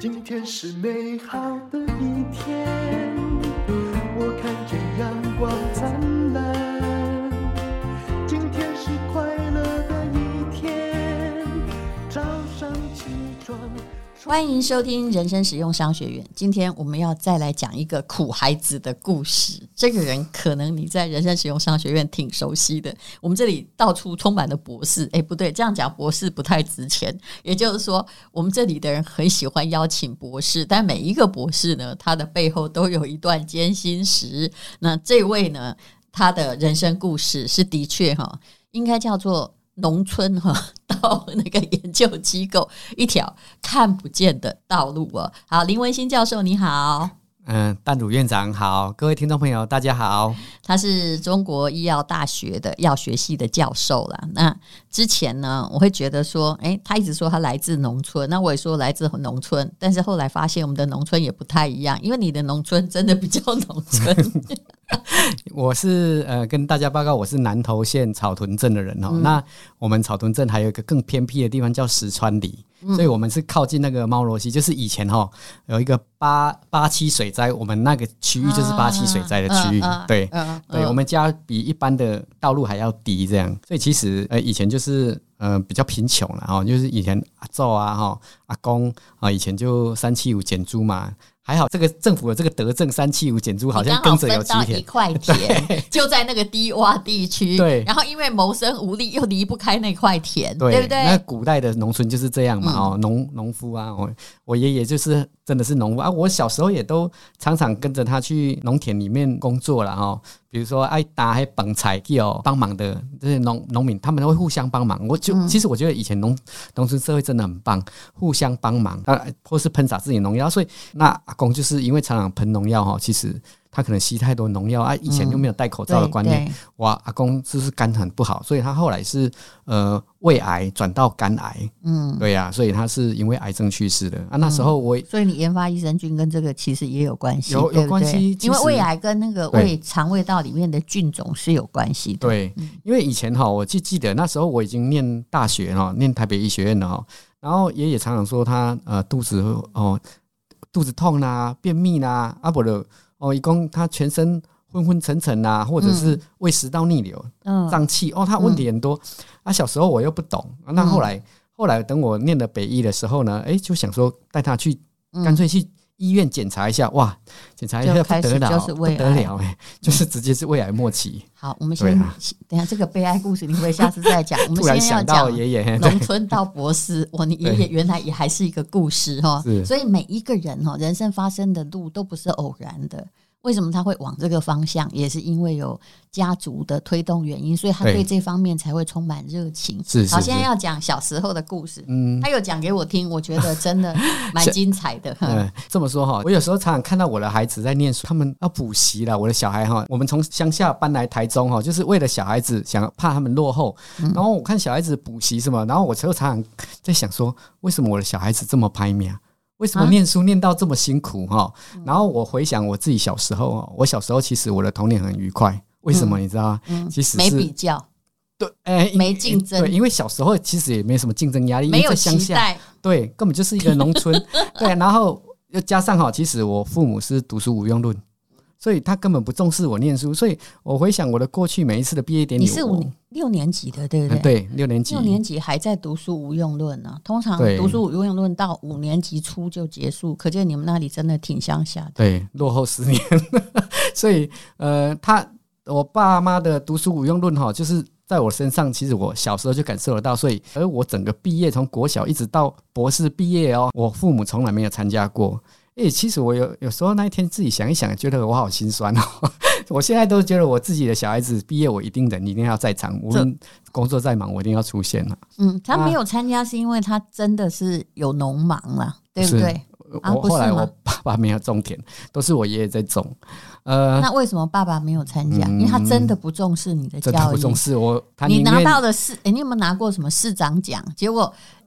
今天是美好的一天，我看见阳光灿烂。今天是快乐的一天，早上起床。 欢迎收听人生实用商学院。今天我们要再来讲一个苦孩子的故事。这个人可能你在人生实用商学院挺熟悉的，我们这里到处充满了博士。不对，这样讲博士不太值钱。也就是说，我们这里的人很喜欢邀请博士，但每一个博士呢，他的背后都有一段艰辛史。那这位呢，他的人生故事是的确应该叫做农村到那个研究机构一条看不见的道路哦。好，林文新教授你好。 淡如院长好，各位听众朋友大家好。 他是中国医药大学的药学系的教授啦。那之前呢，我会觉得说他一直说他来自农村，那我也说来自农村，但是后来发现我们的农村也不太一样，因为你的农村真的比较农村我是跟大家报告，我是南投县草屯镇的人那我们草屯镇还有一个更偏僻的地方叫石川里，所以我们是靠近那个猫罗溪，就是以前有一个八七水灾，我们那个区域就是八七水灾的区域。对，我们家比一般的道路还要低，这样，所以其实以前就是比较贫穷了就是以前阿祖啊阿公以前就375减租嘛。还好这个政府的这个德政375减租好像跟着有几田， 一块田就在那个低洼地区， 对， 然后因为谋生无力又离不开那块田， 对不对？ 那古代的农村就是这样嘛农夫啊，我爷爷就是真的是农夫啊，我小时候也都常常跟着他去农田里面工作啦比如说爱打还绑菜帮忙的这些农民，他们都会互相帮忙。其实我觉得以前农村社会真的很棒，互相帮忙或是喷洒自己农药，所以那阿公就是因为常常喷农药其实他可能吸太多农药以前又没有戴口罩的观念，哇，阿公就是肝很不好，所以他后来是胃癌转到肝癌，对呀，所以他是因为癌症去世的那时候所以你研发益生菌跟这个其实也有关系， 有关系， 因为胃癌跟那个肠胃道里面的菌种是有关系的。 对，因为以前我记得那时候我已经念大学念台北医学院了然后爷爷常常说他肚子痛啦、便秘啦不然一共他全身昏昏沉沉啊，或者是胃食道逆流、胀气他问题很多小时候我又不懂那后来等我念了北医的时候呢就想说带他去干脆去医院检查一下哇，检查一下不得了，不得了就是直接是胃癌末期。 好，我们先等一下这个悲哀故事你会下次再讲我们先要讲爷爷农村到博士你爷爷原来也还是一个故事所以每一个人人生发生的路都不是偶然的，为什么他会往这个方向，也是因为有家族的推动原因，所以他对这方面才会充满热情。好，现在要讲小时候的故事他有讲给我听，我觉得真的蛮精彩的这么说我有时候常常看到我的孩子在念书，他们要补习了，我的小孩我们从乡下搬来台中就是为了小孩子，怕他们落后然后我看小孩子补习什么，然后我就常常在想说，为什么我的小孩子这么拍命，为什么念书念到这么辛苦然后我回想我自己小时候我小时候其实我的童年很愉快，为什么你知道吗？其实是没比较， 对， 没竞争， 对，因为小时候其实也没什么竞争压力， 没有期待， 对，根本就是一个农村对，然后又加上其实我父母是读书无用论，所以他根本不重视我念书，所以我回想我的过去每一次的毕业典礼， 你是6年级的对不对？ 对，6年级还在读书无用论呢。通常读书无用论到5年级初就结束，可见你们那里真的挺乡下的。 对，落后10年所以我爸妈的读书无用论就是在我身上，其实我小时候就感受得到，所以而我整个毕业从国小一直到博士毕业我父母从来没有参加过。其实我有时候那一天自己想一想，觉得我好心酸我现在都觉得我自己的小孩子毕业，我一定要在场，无论工作再忙，我一定要出现了。 他没有参加是因为他真的是有农忙啦，对不对？ 后来我爸爸没有种田，都是我爷爷在种。 那为什么爸爸没有参加？因为他真的不重视你的教育， 真的不重视我。 你拿到的你有没有拿过什么市长奖？结果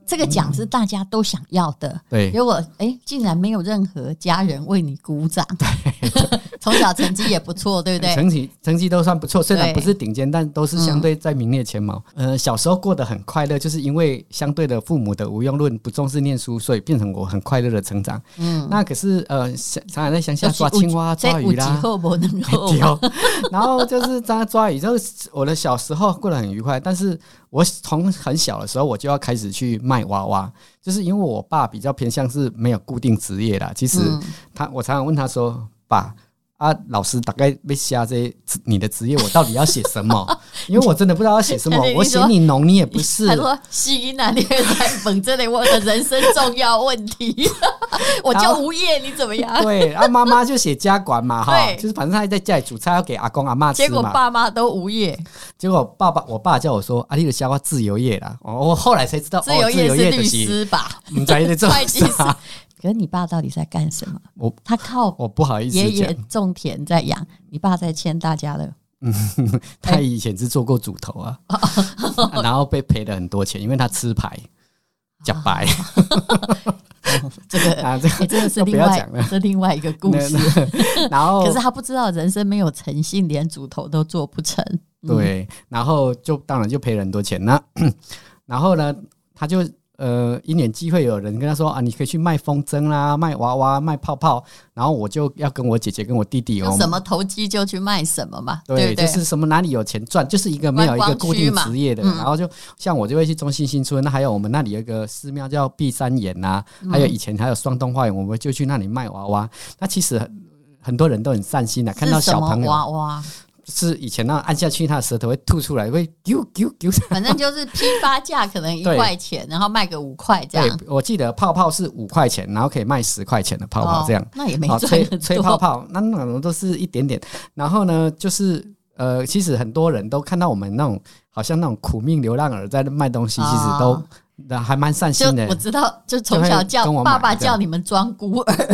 这个奖是大家都想要的， 对， 结果竟然没有任何家人为你鼓掌。从小成绩也不错，对不对？ 成绩都算不错，虽然不是顶尖，但都是相对在名列前茅。小时候过得很快乐，就是因为相对的父母的无用论，不重视念书，所以变成我很快乐的成长。那可是常常在乡下抓青蛙、抓鱼啦，然后就是在抓鱼。就是我的小时候过得很愉快，但是我从很小的时候我就要开始去卖娃娃，就是因为我爸比较偏向是没有固定职业啦。其实我常常问他说：“爸。”老师大概被瞎这你的职业，我到底要写什么？因为我真的不知道要写什么。我写你农，你也不是。 他说：“西南你会在本这里我的人生重要问题，我就无业，你怎么样？” 对，妈妈就写家管嘛，哈，就是反正他在家里煮菜要给阿公阿嬷吃嘛。 结果爸妈都无业， 结果我爸叫我说：“你的小娃自由业啦。”我后来才知道， 自由业是律师吧？ 不知道在做会计师。可是你爸到底在干什么？他靠我不好意思爷爷种田在养，你爸在欠大家的。 他以前是做过主头啊，然后被赔了很多钱，因为他吃牌假白。 这个真的是另外一个故事。 然后可是他不知道人生没有诚信，连主头都做不成。 对，然后当然就赔了很多钱。然后呢，他就因缘际会有人跟他说你可以去卖风筝啦，卖娃娃，卖泡泡。然后我就要跟我姐姐跟我弟弟有什么投机就去卖什么嘛，对不对？ 就是什么哪里有钱赚，就是一个没有一个固定职业的。然后就像我就会去中信新村，那还有我们那里有一个寺庙叫碧山岩啊，还有以前还有双东花园，我们就去那里卖娃娃。那其实很多人都很善心的，看到小朋友娃娃。 是以前那按下去，他的舌头会吐出来，会丢丢丢。 反正就是批发价可能1块钱，然后卖个5块这样。 对，我记得泡泡是5块钱，然后可以卖10块钱的泡泡这样。 那也没赚很多。 吹泡泡，那种都是一点点。然后呢，就是其实很多人都看到我们那种好像那种苦命流浪儿在卖东西，其实都还蛮善心的。 我知道，就从小叫爸爸叫你们装孤儿。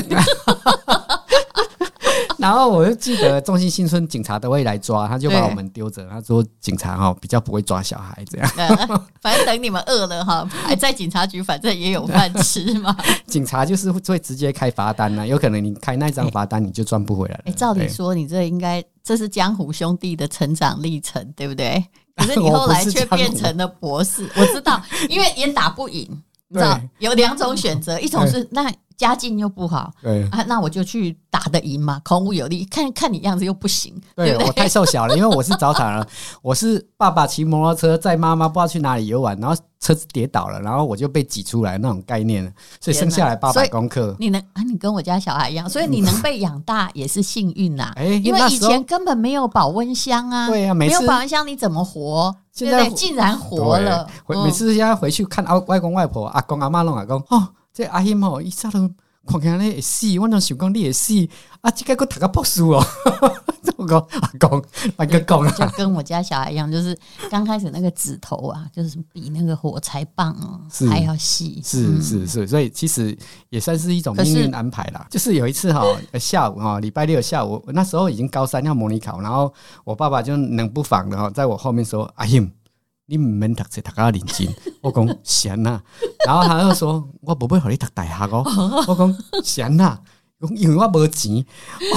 然后我就记得中信新村警察都会来抓，他就把我们丢着，他说警察比较不会抓小孩这样。 反正等你们饿了还在警察局，反正也有饭吃嘛。 警察就是会直接开罚单有可能你开那张罚单你就赚不回来了。 照理说你这是江湖兄弟的成长历程，对不对？可是你后来却变成了博士。我知道，因为也打不赢，你知道有2种选择，一种是那家境又不好，对那我就去打得赢嘛，孔武有力。看你样子又不行，对不对？ 我太瘦小了，因为我是早产儿，我是爸爸骑摩托车载妈妈不知道去哪里游玩，然后车子跌倒了，然后我就被挤出来那种概念了，所以生下来800公克。 你跟我家小孩一样，所以你能被养大也是幸运啦。因为以前根本没有保温箱啊， 对啊， 没有保温箱你怎么活？现在竟然活了。 每次现在回去看外公外婆、阿公阿嬷拢讲这阿姨伊早都看起来会死，我拢想讲你会死这个还读个博士怎么讲？阿公那个讲就跟我家小孩一样，就是刚开始那个指头就是比那个火柴棒还要细。 是，所以其实也算是一种命运安排啦。就是有一次下午礼拜6下午，那时候已经高3要模拟考，然后我爸爸就冷不防的在我后面说：“阿英。”你唔免读册，读到认真。我讲闲呐，然后他就说：“我不会让你读大学哦。”我讲闲呐，因为我没钱。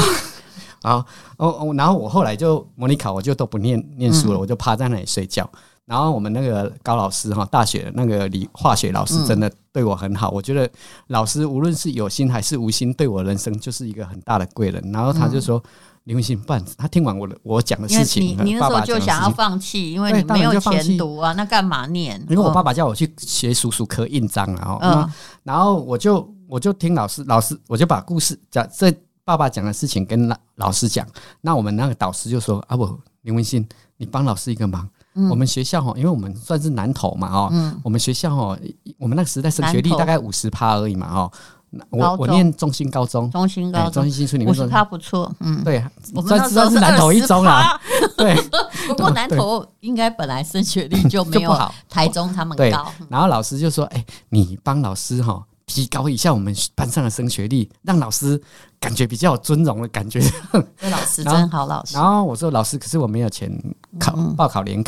然后我后来就模拟考，我就都不念书了，我就趴在那里睡觉。然后我们那个高老师大学那个化学老师真的对我很好，我觉得老师无论是有心还是无心，对我人生就是一个很大的贵人。然后他就说。林文信，不然他听完我讲的事情， 你那时候就想要放弃，因为你没有钱读那干嘛念？ 因为我爸爸叫我去学叔叔科印章然后我就听老师，我就把故事讲，这爸爸讲的事情跟老师讲。那我们那个导师就说：“林文信，你帮老师一个忙。我们学校因为我们算是南投嘛我们学校我们那个时代升学率大概50%而已嘛我念中兴高中，中兴新村里面 50%不错， 对，算是南投一中啦，对。 不过南投应该本来升学率就没有台中他们高。 然后老师就说：“你帮老师提高一下我们班上的升学率，让老师感觉比较有尊荣的感觉。” 这老师真好，老师。 然后我说：“老师，可是我没有钱报考联考。”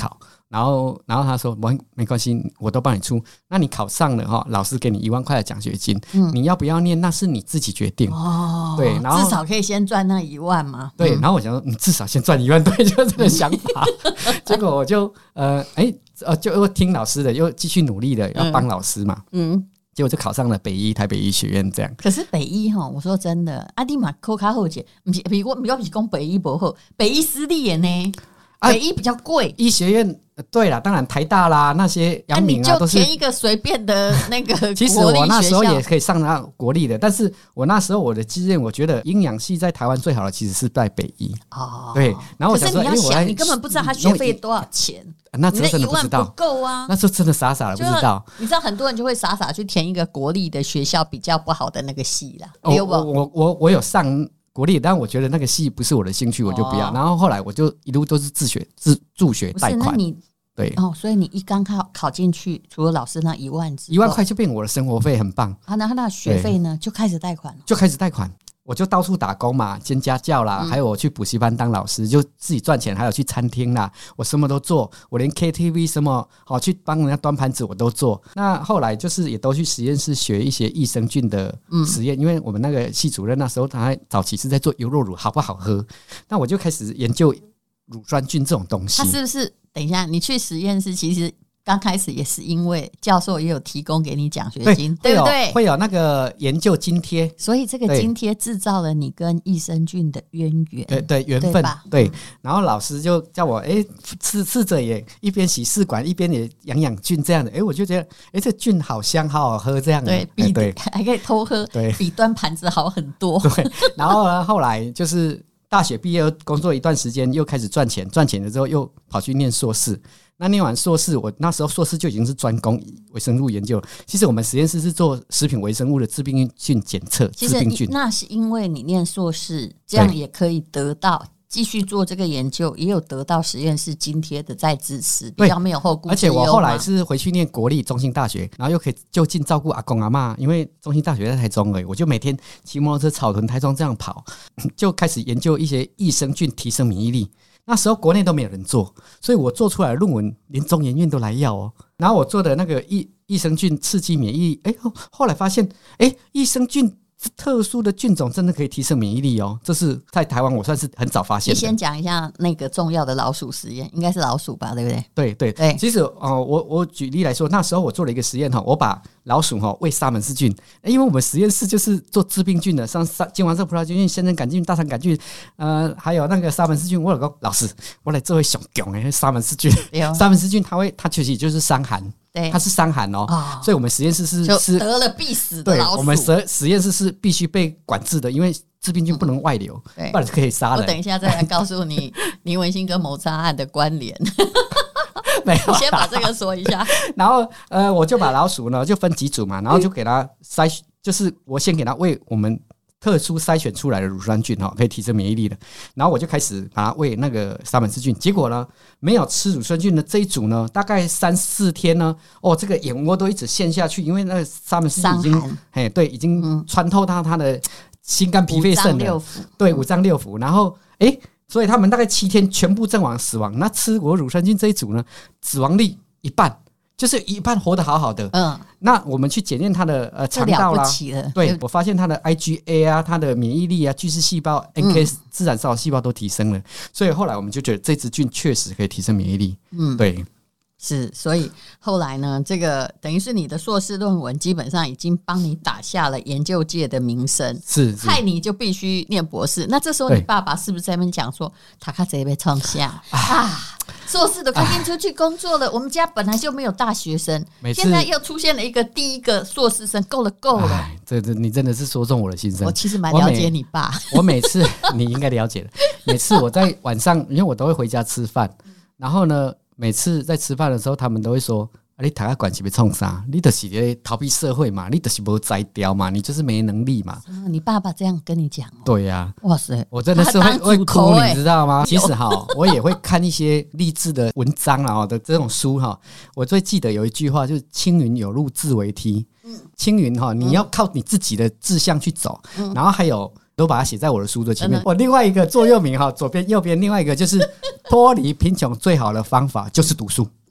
然后他说没关系，我都帮你出。那你考上了老师给你1万块的奖学金，你要不要念那是你自己决定。对，然后至少可以先赚那1万嘛。 对，然后我想说，至少先赚1万，对，就是这个想法。结果我就就听老师的，又继续努力的要帮老师嘛。结果就考上了台北医学院这样。 可是北医我说真的，你嘛考较好些，不是讲北医不好，北医私立的呢。北医比较贵， 医学院对啦，当然台大啦那些阳明你就都是填一个随便的那个国立学校。 其实我那时候也可以上到国立的，但是我那时候我的志愿，我觉得营养系在台湾最好的其实是在北医。对，然后我想说， 可是你要想，你根本不知道他学费多少钱， 那时候真的不知道， 不够啊。 那时候真的傻傻的不知道。 你知道很多人就会傻傻去填一个国立的学校比较不好的那个系啦。 我有上国立，但我觉得那个系不是我的兴趣，我就不要。然后后来我就一路都是助学贷款。对所以你一刚考进去，除了老师那1万之后， 1万块就变我的生活费，很棒。 那学费呢就开始贷款了， 我就到处打工嘛，兼家教啦，还有我去补习班当老师，就自己赚钱，还有去餐厅啦，我什么都做，我连 KTV 什么去帮人家端盘子我都做。那后来就是也都去实验室学一些益生菌的实验，因为我们那个系主任那时候他早期是在做优酪乳好不好喝，那我就开始研究乳酸菌这种东西。 他是不是等一下你去实验室其实刚开始也是因为教授也有提供给你奖学金， 对不对？ 会有那个研究津贴， 所以这个津贴制造了你跟益生菌的渊源， 对缘分，对。然后老师就叫我试着也一边洗试管一边也养菌这样的，我就觉得这菌好香好好喝这样的， 对，还可以偷喝，对，比端盘子好很多。 对，然后呢，后来就是大学毕业工作一段时间，又开始赚钱了之后又跑去念硕士。那念完硕士，我那时候硕士就已经是专攻微生物研究。其实我们实验室是做食品微生物的致病菌检测。 其实那是因为你念硕士，这样也可以得到继续做这个研究，也有得到实验室津贴的再支持，比较没有后顾之忧嘛。 而且我后来是回去念国立中兴大学，然后又可以就近照顾阿公阿嬷，因为中兴大学在台中而已，我就每天骑摩托车草屯台中这样跑，就开始研究一些益生菌提升免疫力。那时候国内都没有人做，所以我做出来的论文连中研院都来要哦。然后我做的那个益生菌刺激免疫力，后来发现益生菌特殊的菌种真的可以提升免疫力哦，这是在台湾我算是很早发现的。 你先讲一下那个重要的老鼠实验，应该是老鼠吧，对不对？ 对，其实我举例来说，那时候我做了一个实验，我把老鼠喂沙门氏菌，因为我们实验室就是做致病菌的，像金黄色葡萄球菌、仙人杆菌、大肠杆菌，还有那个沙门氏菌。我有个老师，我来做会上强沙门氏菌，沙门氏菌它其实就是伤寒。对，它是伤寒所以我们实验室是得了必死的老鼠。 对，我们实验室是必须被管制的，因为致病菌不能外流，不然就可以杀人。 我等一下再来告诉你林文馨跟谋杀案的关联。 没有， 先把这个说一下。 然后我就把老鼠呢就分几组嘛，然后就给它就是我先给它喂我们特殊筛选出来的乳酸菌可以提升免疫力的，然后我就开始把它喂那个沙门氏菌。结果呢，没有吃乳酸菌的这一组呢，大概3-4天呢，这个眼窝都一直陷下去，因为那个沙门氏菌已经已经穿透到它的心肝脾肺肾了，对，五脏六腑。然后所以他们大概7天全部阵亡死亡。那吃我乳酸菌这一组呢，死亡率一半。就是一半活得好好的，那我们去检验它的肠道啦，对，我发现它的 IgA 啊，它的免疫力啊，巨噬细胞、NK 自然扫细胞都提升了，所以后来我们就觉得这支菌确实可以提升免疫力，对。 是，所以后来呢，这个等于是你的硕士论文基本上已经帮你打下了研究界的名声， 是害你就必须念博士。那这时候你爸爸是不是在那边讲说，他卡贼被创下硕士都快进出去工作了，我们家本来就没有大学生，现在又出现了一个第一个硕士生，够了。 这你真的是说中我的心声。 我其实蛮了解你爸， 我每次你应该了解了，每次我在晚上，因为我都会回家吃饭，然后呢。每次在吃饭的时候，他们都会说：“你读管是被冲啥？你就是在逃避社会嘛，你就是没才调嘛，你就是没能力嘛。” 你爸爸这样跟你讲对呀， 哇塞， 我真的是会哭，你知道吗？其实我也会看一些励志的文章的这种书我最记得有一句话，就是“青云有路自为梯”。青云你要靠你自己的志向去走，然后还有。都把它写在我的书的前面。我另外一个座右铭左边右边，另外一个就是脱离贫穷最好的方法就是读书。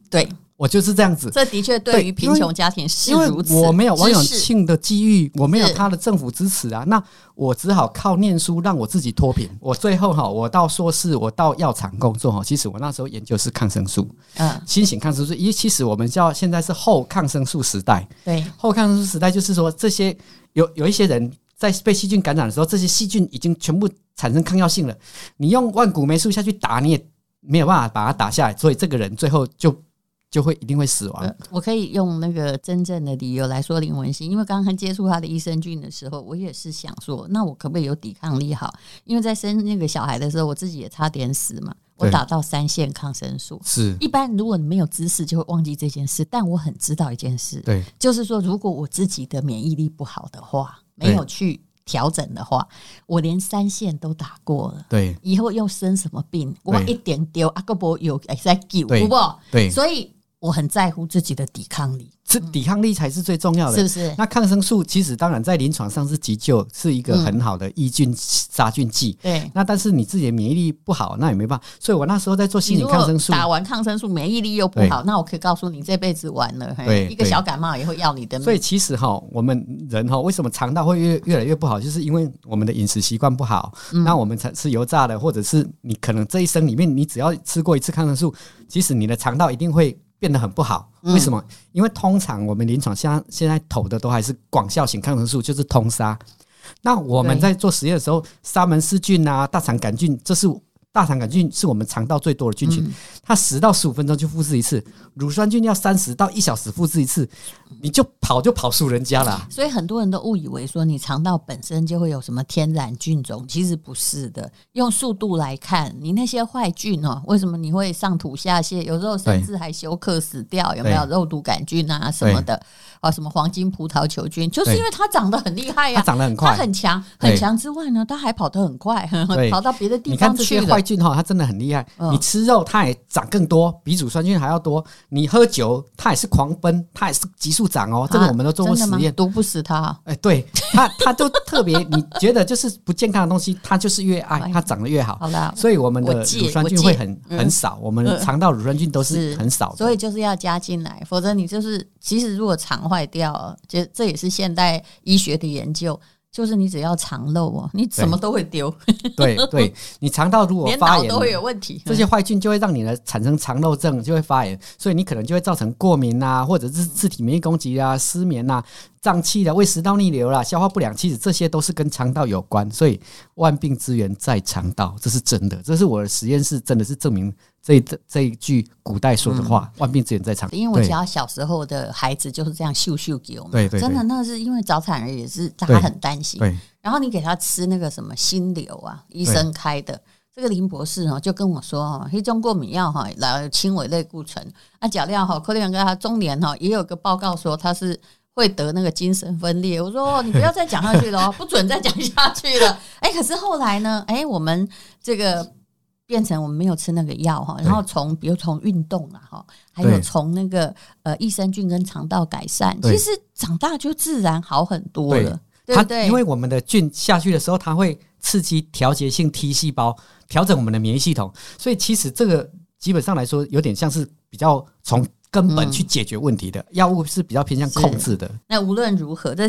对， 我就是这样子。 这的确对于贫穷家庭是如此， 因为我没有王永庆的机遇，我没有他的政府支持啊，那我只好靠念书让我自己脱贫。我最后我到硕士，我到药厂工作，其实我那时候研究是抗生素，新型抗生素，因为其实我们叫现在是后抗生素时代。 对， 后抗生素时代就是说，这些有一些人在被细菌感染的时候，这些细菌已经全部产生抗药性了，你用万古霉素下去打，你也没有办法把它打下来，所以这个人最后就会一定会死亡。 我可以用那个真正的理由来说林文馨，因为刚刚接触他的益生菌的时候，我也是想说，那我可不可以有抵抗力好？因为在生那个小孩的时候，我自己也差点死嘛，我打到3线抗生素。是，一般如果你没有知识，就会忘记这件事。但我很知道一件事，对，就是说，如果我自己的免疫力不好的话，没有去调整的话，我连3线都打过了。对，以后又生什么病，我一点丢阿个波有在救，对不？对，所以我很在乎自己的抵抗力， 这抵抗力才是最重要的， 是不是？ 那抗生素其实当然在临床上是急救，是一个很好的抑菌杀菌剂。对，那但是你自己的免疫力不好，那也没办法。所以我那时候在做心理抗生素， 打完抗生素免疫力又不好，那我可以告诉你，这辈子完了。对，一个小感冒也会要你的命。 所以其实我们人为什么肠道会越来越不好，就是因为我们的饮食习惯不好。那我们吃油炸的，或者是你可能这一生里面你只要吃过一次抗生素，其实你的肠道一定会变得很不好。为什么？因为通常我们临床现在投的都还是广效型抗生素，就是通杀。那我们在做实验的时候，沙门氏菌啊、大肠杆菌，大肠杆菌是我们肠道最多的菌群，它10到15分钟就复制一次，乳酸菌要30到1小时复制一次，你就跑输人家啦。 所以很多人都误以为说你肠道本身就会有什么天然菌种，其实不是的。用速度来看，你那些坏菌为什么你会上吐下泻，有时候甚至还休克死掉？有没有肉毒杆菌啊什么的？什么黄金葡萄球菌，就是因为它长得很厉害呀， 它长得很快， 它很强，很强之外呢，它还跑得很快，跑到别的地方去了。 你看这些坏菌它真的很厉害，你吃肉它也长更多，比乳酸菌还要多。你喝酒它也是狂奔，它也是急速长这个我们都做过实验， 毒不死它。 对，它就特别，你觉得就是不健康的东西，它就是越爱，它长得越好。 好啦， 所以我们的乳酸菌会很少，我们肠道乳酸菌都是很少的， 所以就是要加进来，否则你就是其实如果肠坏掉了，就这也是现代医学的研究。就是你只要肠漏你什么都会丢。 对，你肠道如果发炎， 连脑都会有问题。 这些坏菌就会让你产生肠漏症，就会发炎，所以你可能就会造成过敏啊，或者是自体免疫攻击啊、失眠啊、胀气啦、胃食道逆流啦、消化不良，其实这些都是跟肠道有关。所以万病之源在肠道，这是真的，这是我的实验室真的是证明这一句古代说的话，万病之源在肠道。 因为我家小时候的孩子就是这样秀给我们，对，真的那是因为早产儿也是他很担心，然后你给他吃那个什么心瘤啊，医生开的。这个林博士就跟我说那种过敏药来轻微类固醇假料可能跟他中年也有个报告说他是会得那个精神分裂。我说你不要再讲下去了不准再讲下去了。可是后来呢我们这个变成我们没有吃那个药然后比如从运动还有从那个益生菌跟肠道改善，其实长大就自然好很多了，对不对？ 因为我们的菌下去的时候，它会刺激调节性 T 细胞，调整我们的免疫系统，所以其实这个基本上来说有点像是比较从根本去解决问题的药物，是比较偏向控制的。 那无论如何，这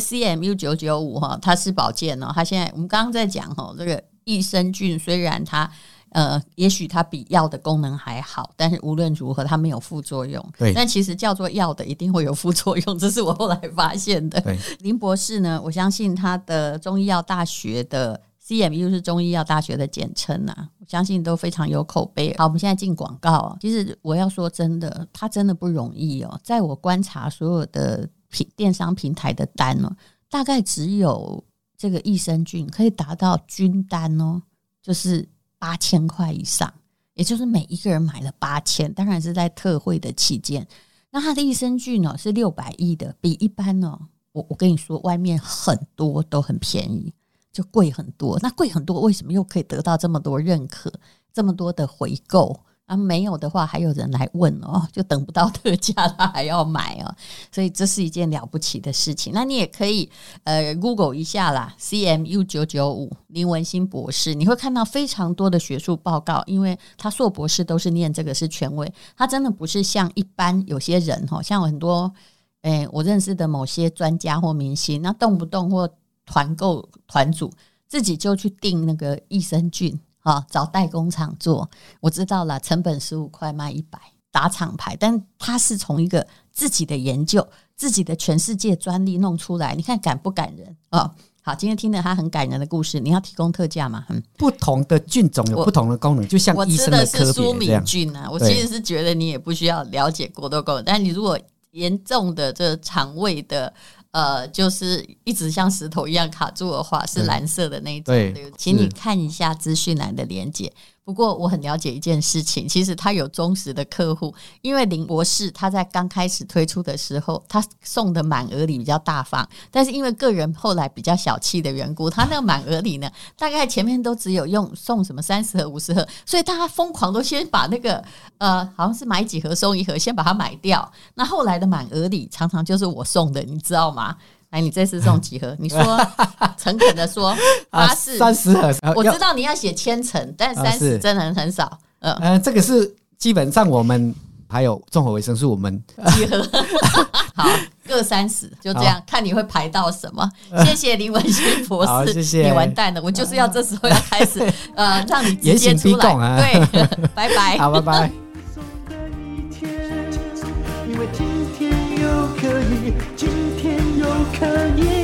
CMU995 它是保健它现在我们刚刚在讲这个益生菌，虽然它也许它比药的功能还好，但是无论如何它没有副作用。对，但其实叫做药的一定会有副作用，这是我后来发现的。林博士呢，我相信他的中医药大学的 CMU 是中医药大学的简称我相信都非常有口碑。好，我们现在进广告其实我要说真的，它真的不容易在我观察所有的电商平台的单大概只有这个益生菌可以达到均单就是8000块以上，也就是每一个人买了8000，当然是在特惠的期间。那它的益生菌是600亿的，比一般我跟你说外面很多都很便宜，就贵很多。那贵很多为什么又可以得到这么多认可，这么多的回购啊，没有的话还有人来问哦，就等不到特价他还要买哦，所以这是一件了不起的事情。那你也可以Google 一下啦 CMU 995林文馨博士，你会看到非常多的学术报告，因为他硕博士都是念这个是权威，他真的不是像一般有些人像很多我认识的某些专家或明星，那动不动或团购团组自己就去订那个益生菌找代工厂做，我知道了，成本15块卖100，打厂牌，但他是从一个自己的研究自己的全世界专利弄出来，你看感不感人好，今天听了他很感人的故事，你要提供特价吗？ 不同的菌种有不同的功能，就像医生的科别这样。 我吃的是苏米菌啊，我其实是觉得你也不需要了解过多功能，但你如果严重的这肠胃的就是一直像石头一样卡住的话，是蓝色的那一种，对，请你看一下资讯栏的连结。不过我很了解一件事情，其实他有忠实的客户，因为林博士他在刚开始推出的时候，他送的满额礼比较大方，但是因为个人后来比较小气的缘故，他那个满额礼呢，大概前面都只有送什么30盒50盒，所以大家疯狂都先把那个好像是买几盒送1盒，先把它买掉。那后来的满额礼常常就是我送的，你知道吗？来，你这次送几盒？你说诚恳的说，发誓 30盒。 我知道你要写千层，但30真的很少。 这个是基本上我们还有综合维生素，我们几盒好各30，就这样，看你会排到什么。谢谢林文馨博士， 谢谢。 你完蛋了，我就是要这时候要开始让你直接出来。对，拜拜。 好，拜拜。 因为今天又可以，今天又可以。